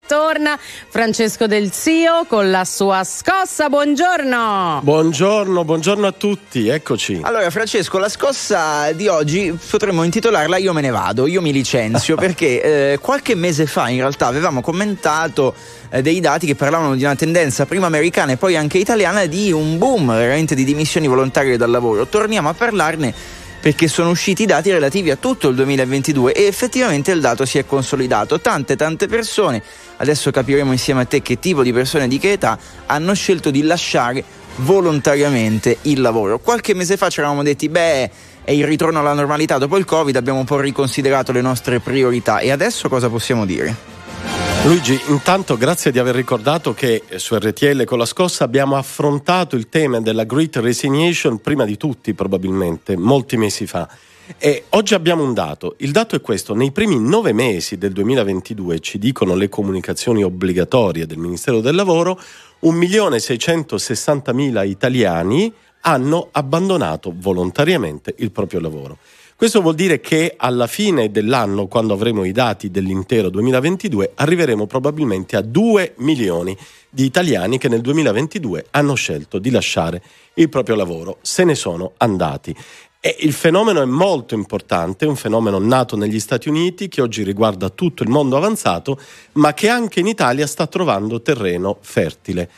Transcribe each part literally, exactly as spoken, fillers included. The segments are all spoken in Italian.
Torna Francesco Del Zio con la sua scossa. Buongiorno. Buongiorno, buongiorno a tutti, eccoci. Allora Francesco, la scossa di oggi potremmo intitolarla Io me ne vado, io mi licenzio, perché eh, qualche mese fa in realtà avevamo commentato eh, dei dati che parlavano di una tendenza prima americana e poi anche italiana di un boom veramente di dimissioni volontarie dal lavoro. Torniamo a parlarne perché sono usciti i dati relativi a tutto il duemilaventidue e effettivamente il dato si è consolidato. Tante tante persone, adesso capiremo insieme a te che tipo di persone, di che età, hanno scelto di lasciare volontariamente il lavoro. Qualche mese fa ci eravamo detti, beh, è il ritorno alla normalità dopo il Covid, abbiamo un po' riconsiderato le nostre priorità, e adesso cosa possiamo dire? Luigi, intanto grazie di aver ricordato che su R T L con la scossa abbiamo affrontato il tema della Great Resignation prima di tutti, probabilmente, molti mesi fa. E oggi abbiamo un dato. Il dato è questo: nei primi nove mesi del duemilaventidue, ci dicono le comunicazioni obbligatorie del Ministero del Lavoro, un milione seicentosessantamila italiani hanno abbandonato volontariamente il proprio lavoro. Questo vuol dire che alla fine dell'anno, quando avremo i dati dell'intero duemilaventidue, arriveremo probabilmente a due milioni di italiani che nel duemilaventidue hanno scelto di lasciare il proprio lavoro, se ne sono andati. E il fenomeno è molto importante, è un fenomeno nato negli Stati Uniti che oggi riguarda tutto il mondo avanzato, ma che anche in Italia sta trovando terreno fertile.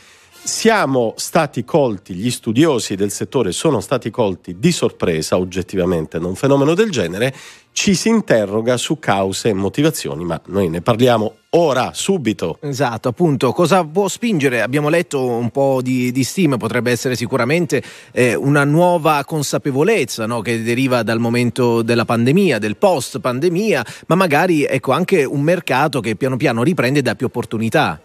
Siamo stati colti, gli studiosi del settore sono stati colti di sorpresa oggettivamente da un fenomeno del genere. Ci si interroga su cause e motivazioni, ma noi ne parliamo ora, subito. Esatto, appunto, cosa può spingere? Abbiamo letto un po' di, di stime, potrebbe essere sicuramente eh, una nuova consapevolezza, no? Che deriva dal momento della pandemia, del post pandemia, ma magari ecco anche un mercato che piano piano riprende e dà più opportunità.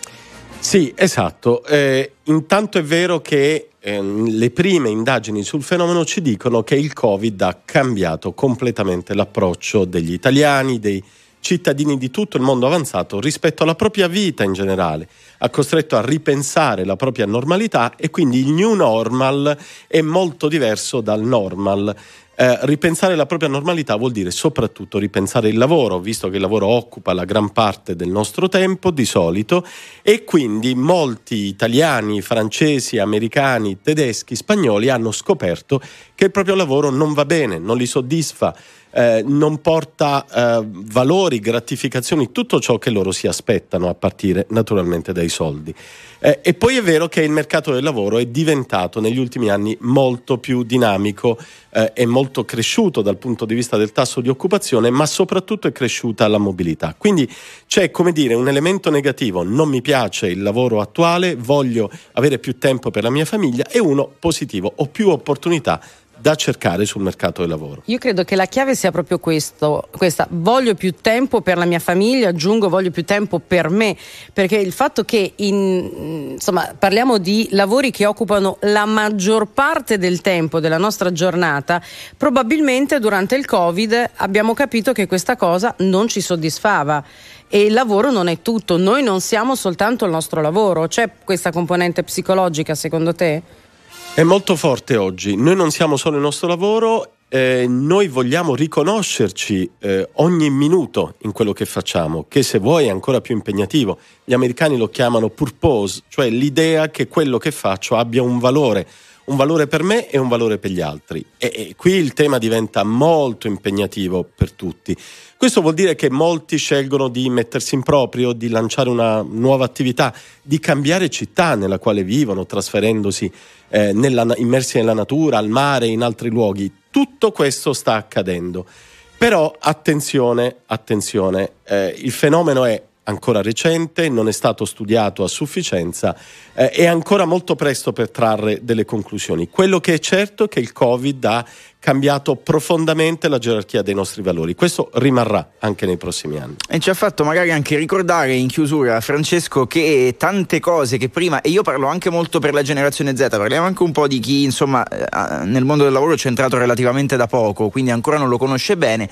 Sì, esatto. Eh, intanto è vero che eh, le prime indagini sul fenomeno ci dicono che il Covid ha cambiato completamente l'approccio degli italiani, dei cittadini di tutto il mondo avanzato rispetto alla propria vita in generale. Ha costretto a ripensare la propria normalità e quindi il new normal è molto diverso dal normal. Eh, ripensare la propria normalità vuol dire soprattutto ripensare il lavoro, visto che il lavoro occupa la gran parte del nostro tempo di solito, e quindi molti italiani, francesi, americani, tedeschi, spagnoli hanno scoperto che il proprio lavoro non va bene, non li soddisfa, eh, non porta eh, valori, gratificazioni, tutto ciò che loro si aspettano, a partire naturalmente dai soldi. Eh, e poi è vero che il mercato del lavoro è diventato negli ultimi anni molto più dinamico, eh, è molto cresciuto dal punto di vista del tasso di occupazione, ma soprattutto è cresciuta la mobilità. Quindi c'è, come dire, un elemento negativo: non mi piace il lavoro attuale, voglio avere più tempo per la mia famiglia, e uno positivo: ho più opportunità da cercare sul mercato del lavoro. Io credo che la chiave sia proprio questo, questa: voglio più tempo per la mia famiglia, aggiungo voglio più tempo per me, perché il fatto che in, insomma parliamo di lavori che occupano la maggior parte del tempo della nostra giornata, probabilmente durante il Covid abbiamo capito che questa cosa non ci soddisfava. E il lavoro non è tutto, noi non siamo soltanto il nostro lavoro. C'è questa componente psicologica, secondo te? È molto forte oggi. Noi non siamo solo il nostro lavoro, eh, noi vogliamo riconoscerci eh, ogni minuto in quello che facciamo, che se vuoi è ancora più impegnativo. Gli americani lo chiamano purpose, cioè l'idea che quello che faccio abbia un valore, un valore per me e un valore per gli altri. E, e qui il tema diventa molto impegnativo per tutti. Questo vuol dire che molti scelgono di mettersi in proprio, di lanciare una nuova attività, di cambiare città nella quale vivono, trasferendosi eh, nella, immersi nella natura, al mare, in altri luoghi. Tutto questo sta accadendo. Però attenzione, attenzione, eh, il fenomeno è ancora recente, non è stato studiato a sufficienza, eh, è ancora molto presto per trarre delle conclusioni. Quello che è certo è che il Covid ha cambiato profondamente la gerarchia dei nostri valori. Questo rimarrà anche nei prossimi anni. E ci ha fatto magari anche ricordare in chiusura, Francesco, che tante cose che prima, e io parlo anche molto per la generazione Z, parliamo anche un po' di chi insomma nel mondo del lavoro c'è entrato relativamente da poco, quindi ancora non lo conosce bene,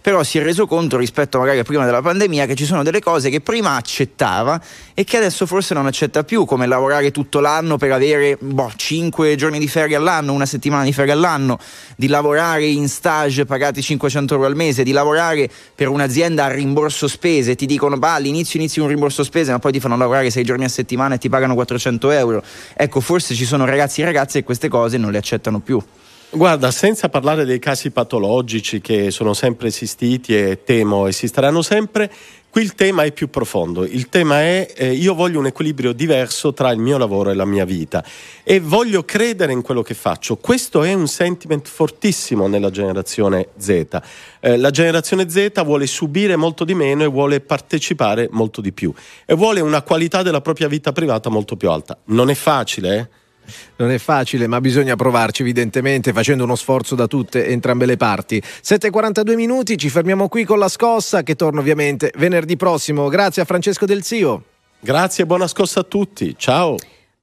però si è reso conto rispetto magari a prima della pandemia che ci sono delle cose che prima accettava e che adesso forse non accetta più, come lavorare tutto l'anno per avere boh, cinque giorni di ferie all'anno, una settimana di ferie all'anno, di lavorare in stage pagati cinquecento euro al mese, di lavorare per un'azienda a rimborso spese, ti dicono bah, all'inizio inizi un rimborso spese ma poi ti fanno lavorare sei giorni a settimana e ti pagano quattrocento euro. Ecco, forse ci sono ragazzi e ragazze che queste cose non le accettano più. Guarda, senza parlare dei casi patologici che sono sempre esistiti e temo esisteranno sempre, qui il tema è più profondo. Il tema è eh, io voglio un equilibrio diverso tra il mio lavoro e la mia vita e voglio credere in quello che faccio. Questo è un sentiment fortissimo nella generazione Z. Eh, la generazione Z vuole subire molto di meno e vuole partecipare molto di più e vuole una qualità della propria vita privata molto più alta. Non è facile, eh? Non è facile, ma bisogna provarci evidentemente, facendo uno sforzo da tutte entrambe le parti. sette e quarantadue minuti, ci fermiamo qui con La Scossa, che torna ovviamente venerdì prossimo. Grazie a Francesco Del Zio. Grazie e buona scossa a tutti. Ciao.